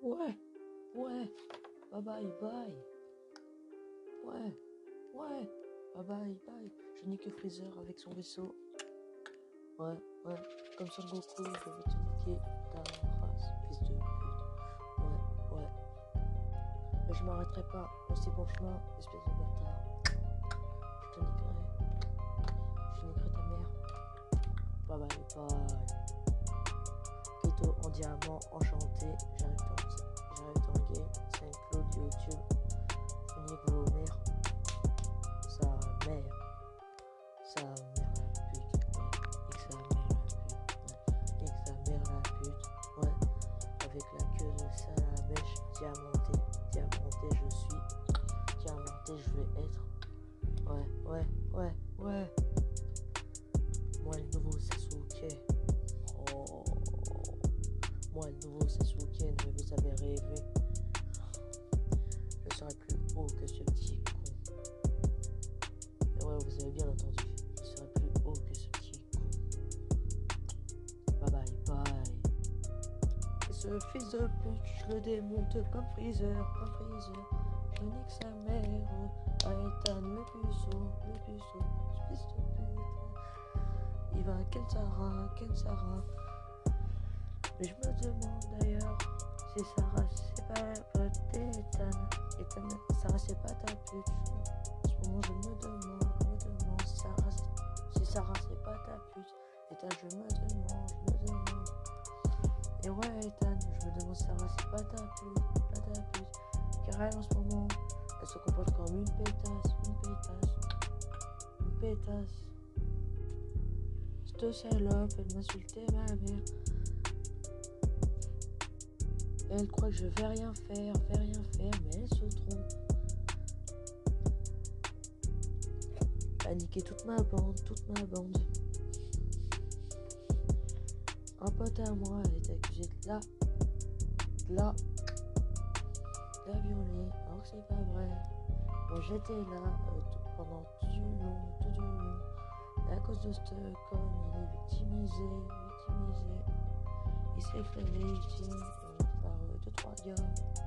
Ouais, ouais, bye bye bye. Ouais, ouais, bye bye bye. Je nique Freezer avec son vaisseau. Ouais, ouais, comme Son Goku, je vais te niquer ta race, fils de pute. Ouais, ouais. Mais je m'arrêterai pas aussi bon chemin, espèce de bâtard. Je te niquerai. Je niquerai ta mère. Bye bye bye. Keto en diamant, enchanté. J'arrive dans le game. C'est un Claude YouTube. Je nique vos mères. Sa mère. Sa mère la pute. Ouais. Nique sa mère la pute. Ouais. Nique sa mère la pute. Ouais. Avec la queue de Salamèche. Diamanté. Diamanté je suis. Diamanté je vais être. Ouais, ouais, ouais, ouais. Moi le nouveau Sasuke. Oh. Moi le nouveau Sasuke, mais vous avez rêvé. Je serai plus haut que ce petit con. Et ouais, vous avez bien entendu. Je serai plus haut que ce petit con. Bye bye bye. Et ce fils de pute, je le démonte comme Freezer, comme Freezer. Je nique sa mère. À Ethan le puceau, ce fils de pute. Il va Kensara, Kensara. Mais je me demande d'ailleurs si Sarah c'est pas la pote d'Ethan. Ethan, Sarah c'est pas ta pute. En ce moment je me demande si Sarah c'est pas ta pute. Ethan je me demande. Et ouais Ethan, je me demande si Sarah c'est pas ta pute. Car elle en ce moment, elle se comporte comme une pétasse. Cette salope, elle m'insultait ma mère. Elle croit que je vais rien faire, mais elle se trompe. Elle a niqué toute ma bande. Un pote à moi a été accusé de la violer, alors que c'est pas vrai. Moi j'étais là pendant tout du long. Et à cause de ce con, il est victimisé. Il s'est fait victime par 2-3 gars.